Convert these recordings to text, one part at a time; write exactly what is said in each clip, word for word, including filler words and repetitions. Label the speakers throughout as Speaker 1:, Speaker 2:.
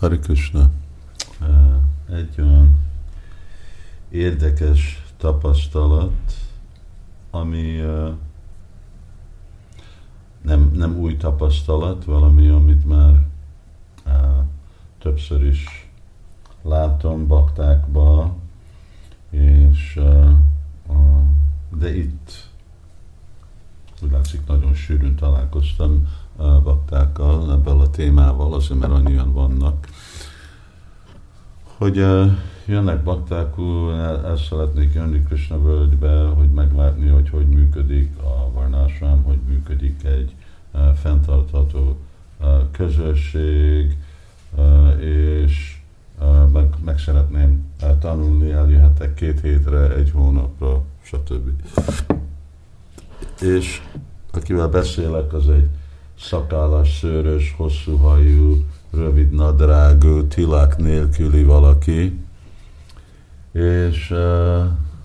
Speaker 1: Hare Krishna. Egy olyan érdekes tapasztalat, ami nem, nem új tapasztalat, valami, amit már többször is látom baktákba, és de itt úgy látszik, nagyon sűrűn találkoztam baktákkal ebből a témával, azért mert annyian vannak, hogy uh, jönnek bakták, el, el szeretnék jönni Krishna völgybe, hogy meglátni, hogy hogy működik a varnásrám, hogy működik egy uh, fenntartható uh, közösség, uh, és uh, meg, meg szeretném uh, tanulni, eljöhetek két hétre, egy hónapra, stb. És akivel beszélek, az egy szakállas, szőrös, hosszú hajú, rövid nadrágú, tilák nélküli valaki, és uh,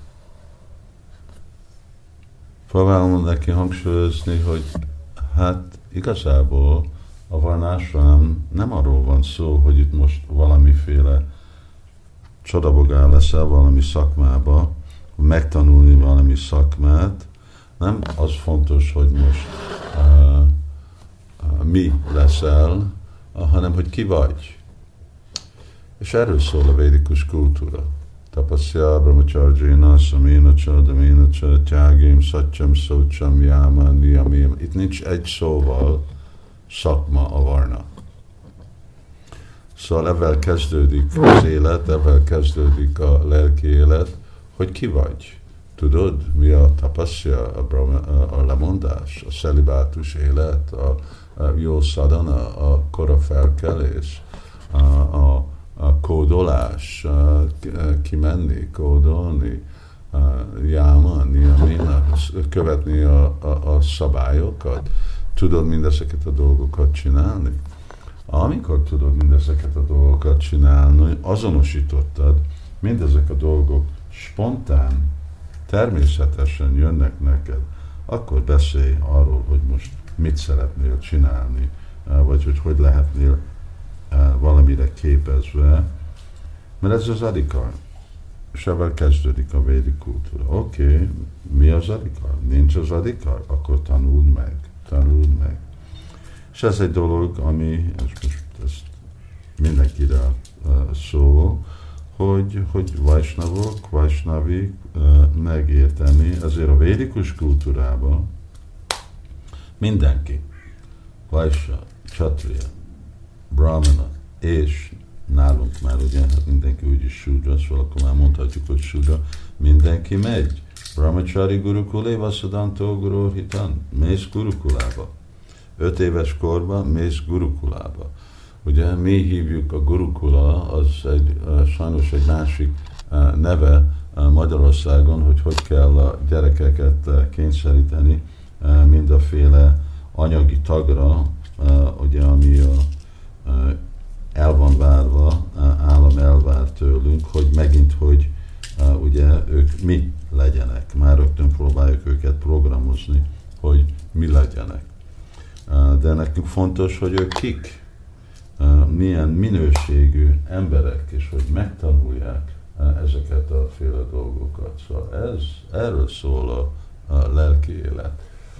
Speaker 1: próbálom neki hangsúlyozni, hogy hát igazából a varnásrám nem arról van szó, hogy itt most valamiféle csodabogál leszel valami szakmába, megtanulni valami szakmát, nem az fontos, hogy most uh, uh, mi leszel, hanem hogy ki vagy. És erről szól a védikus kultúra. Tapasya, brahmacharjina, samina, damina, tyágim, satyam, szócsam, jáma, niyamim. Itt nincs egy szóval szakma a varna. Szóval ebben kezdődik az élet, ebben kezdődik a lelki élet, hogy ki vagy. Tudod, mi a tapasya, a, brahma, a lemondás, a szelibátus élet, a a jó szadana, a kora felkelés, a, a, a kódolás, a, kimenni, kódolni, jáma, niyamina, követni a, a, a szabályokat. Tudod mindezeket a dolgokat csinálni? Amikor tudod mindezeket a dolgokat csinálni, azonosítottad, mindezek a dolgok spontán, természetesen jönnek neked, akkor beszélj arról, hogy most mit szeretnél csinálni, vagy hogy hogy lehetnél valamire képezve, mert ez az adhikar. És ebben kezdődik a védik kultúra. Oké, okay, mi az adhikar? Nincs az adhikar? Akkor tanuld meg, tanuld meg. És ez egy dolog, ami, ez most ezt mindenkire szól, hogy, hogy vajsnavok, vajsnavik megérteni, ezért a védikus kultúrában mindenki, Vaisya, Kshatriya, Brahmana, és nálunk már ugye, hát mindenki úgyis Shudra, szóval akkor már mondhatjuk, hogy Shudra, mindenki megy. Brahmachari Gurukulé, Vasudantó Guruhitan, mész Gurukulába. Öt éves korban mész Gurukulába. Ugye mi hívjuk a Gurukula, az egy, sajnos egy másik neve Magyarországon, hogy hogy kell a gyerekeket kényszeríteni mindaféle anyagi tagra, ugye, ami a, el van várva, állam elvár tőlünk, hogy megint, hogy ugye ők mi legyenek. Már rögtön próbáljuk őket programozni, hogy mi legyenek. De nekünk fontos, hogy ők kik, milyen minőségű emberek, és hogy megtanulják ezeket a féle dolgokat. Szóval ez, erről szól a, a lelki élet.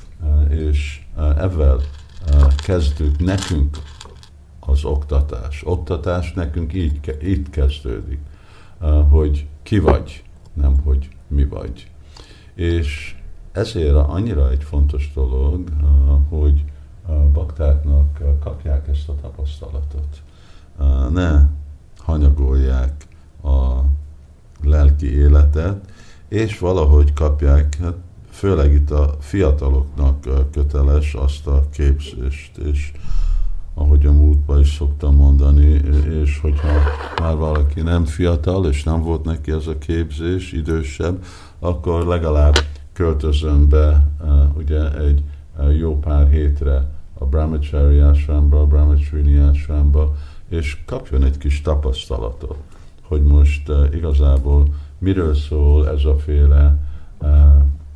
Speaker 1: És ezzel kezdődik nekünk az oktatás. Oktatás nekünk így, így kezdődik, hogy ki vagy, nem hogy mi vagy. És ezért annyira egy fontos dolog, hogy baktáknak kapják ezt a tapasztalatot. Ne hanyagolják a lelki életet, és valahogy kapják, hát főleg itt a fiataloknak köteles azt a képzést, és ahogy a múltban is szoktam mondani, és hogyha már valaki nem fiatal, és nem volt neki ez a képzés, idősebb, akkor legalább költözön be ugye egy jó pár hétre a Brahmachari Ashramba, a Brahmachari Ashramba, és kapjon egy kis tapasztalatot, hogy most igazából miről szól ez a féle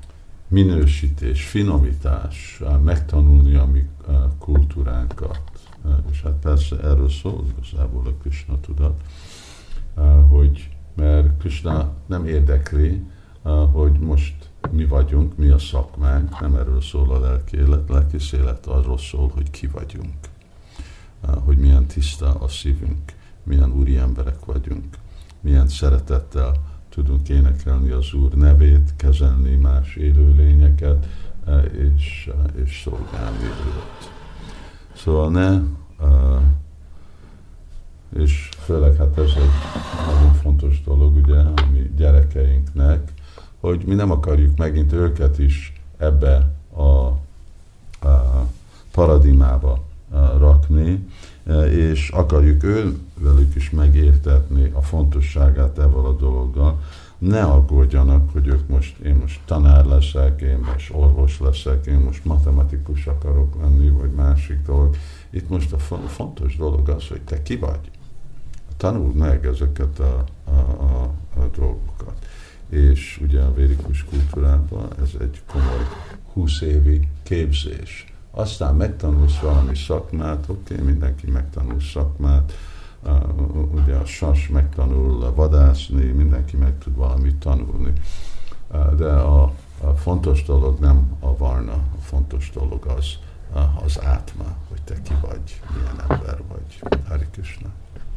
Speaker 1: minősítés, finomítás, megtanulni a mi kultúránkat. És hát persze erről szól igazából a Krishna tudat, hogy mert Krishna nem érdekli, hogy most mi vagyunk, mi a szakmánk, nem erről szól a lelki élet, lelki élet arról szól, hogy ki vagyunk, hogy milyen tiszta a szívünk, milyen úri emberek vagyunk, milyen szeretettel tudunk énekelni az Úr nevét, kezelni más élőlényeket, és, és szolgálni őt. Szóval ne, és főleg hát ez egy nagyon fontos dolog, ugye, a mi gyerekeinknek, hogy mi nem akarjuk megint őket is ebbe a, a paradimába rakni, és akarjuk ővelük is megértetni a fontosságát ezzel a dologgal. Ne aggódjanak, hogy ők most, én most tanár leszek, én most orvos leszek, én most matematikus akarok lenni, vagy másik dolog. Itt most a fontos dolog az, hogy te ki vagy. Tanuld meg ezeket a, a, a, a dolgokat. És ugye a védikus kultúrában ez egy komoly húsz évi képzés. Aztán megtanulsz valami szakmát, oké, okay, mindenki megtanul szakmát, uh, ugye a sas megtanul vadászni, mindenki meg tud valamit tanulni. Uh, de a, a fontos dolog nem a varna, a fontos dolog az uh, az átma, hogy te ki vagy, milyen ember vagy. Hare Krishna.